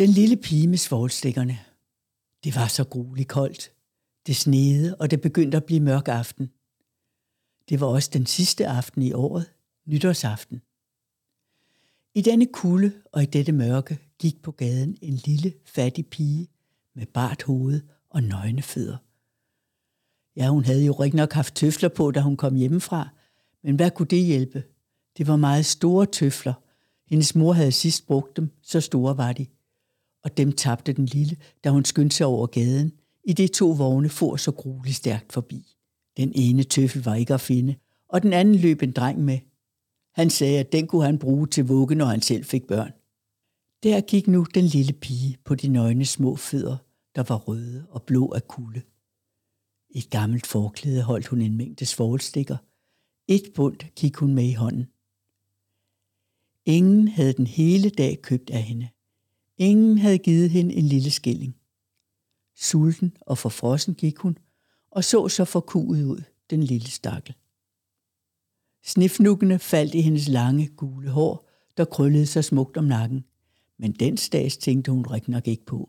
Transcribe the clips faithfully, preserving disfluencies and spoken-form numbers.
Den lille pige med svovlstikkerne. Det var så grueligt koldt. Det sneede, og det begyndte at blive mørk aften. Det var også den sidste aften i året, nytårsaften. I denne kulde og i dette mørke gik på gaden en lille, fattig pige med bart hoved og nøgne fødder. Ja, hun havde jo rigtig nok haft tøfler på, da hun kom hjemmefra, men hvad kunne det hjælpe? Det var meget store tøfler. Hendes mor havde sidst brugt dem, så store var de. Og dem tabte den lille, da hun skyndte sig over gaden, i det to vogne for så grueligt stærkt forbi. Den ene tøffel var ikke at finde, og den anden løb en dreng med. Han sagde, at den kunne han bruge til vugge, når han selv fik børn. Der gik nu den lille pige på de nøgne små fødder, der var røde og blå af kulde. I et gammelt forklæde holdt hun en mængde svovlstikker. Et bundt gik hun med i hånden. Ingen havde den hele dag købt af hende. Ingen havde givet hende en lille skilling. Sulten og forfrossen gik hun, og så så forkuet ud, den lille stakkel. Snifnukkene faldt i hendes lange, gule hår, der krøllede sig smukt om nakken, men den stads tænkte hun rigtig nok ikke på.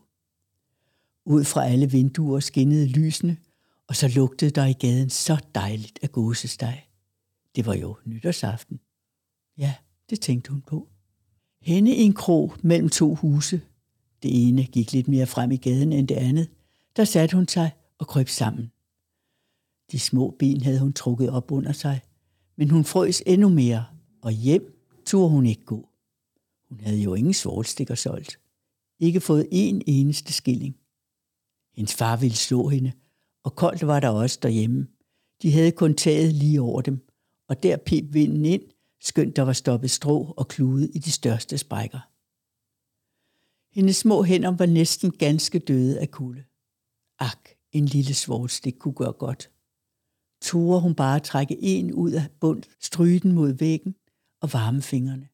Ud fra alle vinduer skinnede lysene, og så lugtede der i gaden så dejligt af gåsesteg. Det var jo nytårsaften. Ja, det tænkte hun på. Henne i en krog mellem to huse, det ene gik lidt mere frem i gaden end det andet, der satte hun sig og krøb sammen. De små ben havde hun trukket op under sig, men hun frøs endnu mere, og hjem turde hun ikke gå. Hun havde jo ingen svovlstikker solgt. Ikke fået en eneste skilling. Hendes far ville slå hende, og koldt var der også derhjemme. De havde kun taget lige over dem, og der pep vinden ind, skønt der var stoppet strå og klude i de største sprækker. Hendes små hænder var næsten ganske døde af kulde. Ak, en lille svovlstik kunne gøre godt. Turde hun bare trække en ud af bund, stryge den mod væggen og varme fingrene.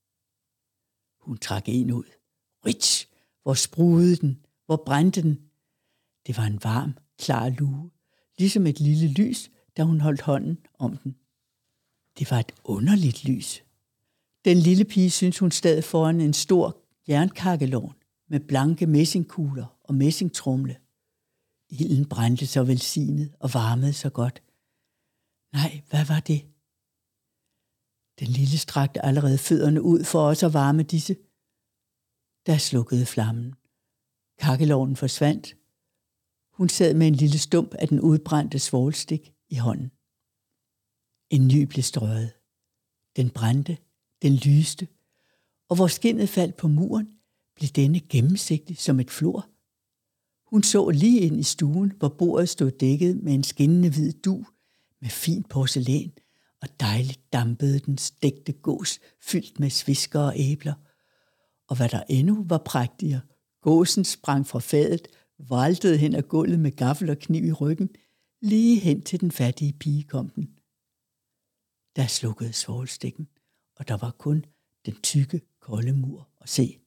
Hun trak en ud. Rich! Hvor sprudede den? Hvor brændte den? Det var en varm, klar lue, ligesom et lille lys, da hun holdt hånden om den. Det var et underligt lys. Den lille pige syntes, hun stod foran en stor jernkakkelovn med blanke messingkugler og messingtrumle. Ilden brændte så velsignet og varmede så godt. Nej, hvad var det? Den lille strakte allerede fødderne ud for også at varme disse. Der slukkede flammen. Kakkelovnen forsvandt. Hun sad med en lille stump af den udbrændte svovlstik i hånden. En ny blev strøget. Den brændte, den lyste, og hvor skindet faldt på muren, blev denne gennemsigtig som et flor. Hun så lige ind i stuen, hvor bordet stod dækket med en skinnende hvid dug med fint porcelæn, og dejligt dampede den stegte gås fyldt med svisker og æbler. Og hvad der endnu var prægtigere, gåsen sprang fra fadet, valtede hen ad gulvet med gaffel og kniv i ryggen, lige hen til den fattige pige kom den. Der slukkede svovlstikken, og der var kun den tykke, kolde mur at se.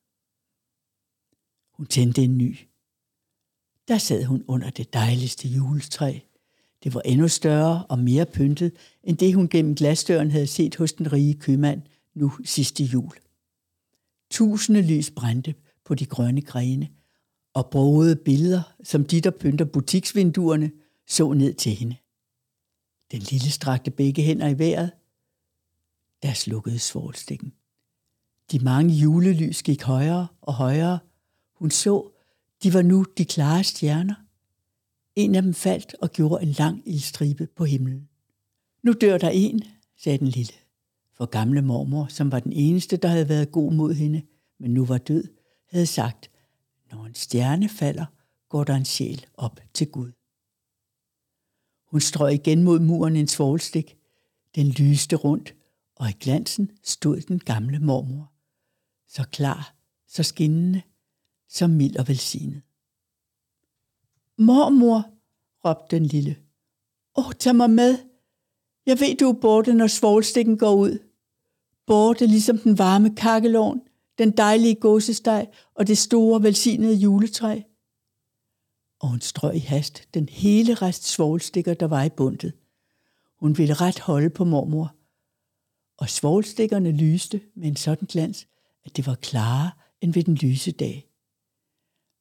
Hun tændte en ny. Der sad hun under det dejligste juletræ. Det var endnu større og mere pyntet, end det hun gennem glasdøren havde set hos den rige købmand nu sidste jul. Tusinde lys brændte på de grønne grene, og brogede billeder, som de, der pynter butiksvinduerne, så ned til hende. Den lille strakte begge hænder i vejret. Der slukkede svovlstikken. De mange julelys gik højere og højere. Hun så, de var nu de klare stjerner. En af dem faldt og gjorde en lang ildstribe på himlen. Nu dør der en, sagde den lille. For gamle mormor, som var den eneste, der havde været god mod hende, men nu var død, havde sagt, når en stjerne falder, går der en sjæl op til Gud. Hun strøg igen mod muren en svovlstik. Den lyste rundt, og i glansen stod den gamle mormor. Så klar, så skinnende, så mild og velsignet. Mormor, råbte den lille. Åh, tag mig med. Jeg ved, du er borte, når svovlstikken går ud. Borte ligesom den varme kakkelovn, den dejlige gåsesteg og det store, velsignede juletræ. Og hun strøg i hast den hele rest svovlstikker, der var i bundet. Hun ville ret holde på mormor. Og svovlstikkerne lyste med en sådan glans, at det var klarere end ved den lyse dag.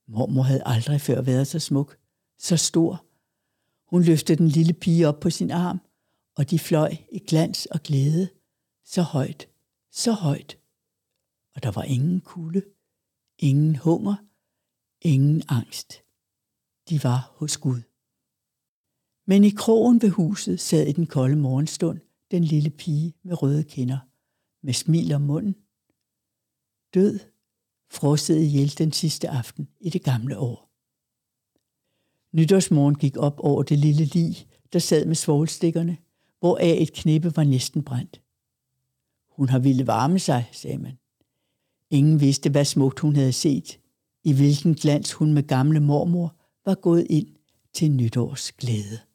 Mormor havde aldrig før været så smuk, så stor. Hun løftede den lille pige op på sin arm, og de fløj i glans og glæde, så højt, så højt. Og der var ingen kulde, ingen hunger, ingen angst. De var hos Gud. Men i krogen ved huset sad i den kolde morgenstund den lille pige med røde kinder, med smil om munden. Død, frosset ihjel den sidste aften i det gamle år. Nytårsmorgen gik op over det lille lig, der sad med svovlstikkerne, hvoraf et knippe var næsten brændt. Hun har ville varme sig, sagde man. Ingen vidste, hvad smukt hun havde set, i hvilken glans hun med gamle mormor var gået ind til nytårs glæde.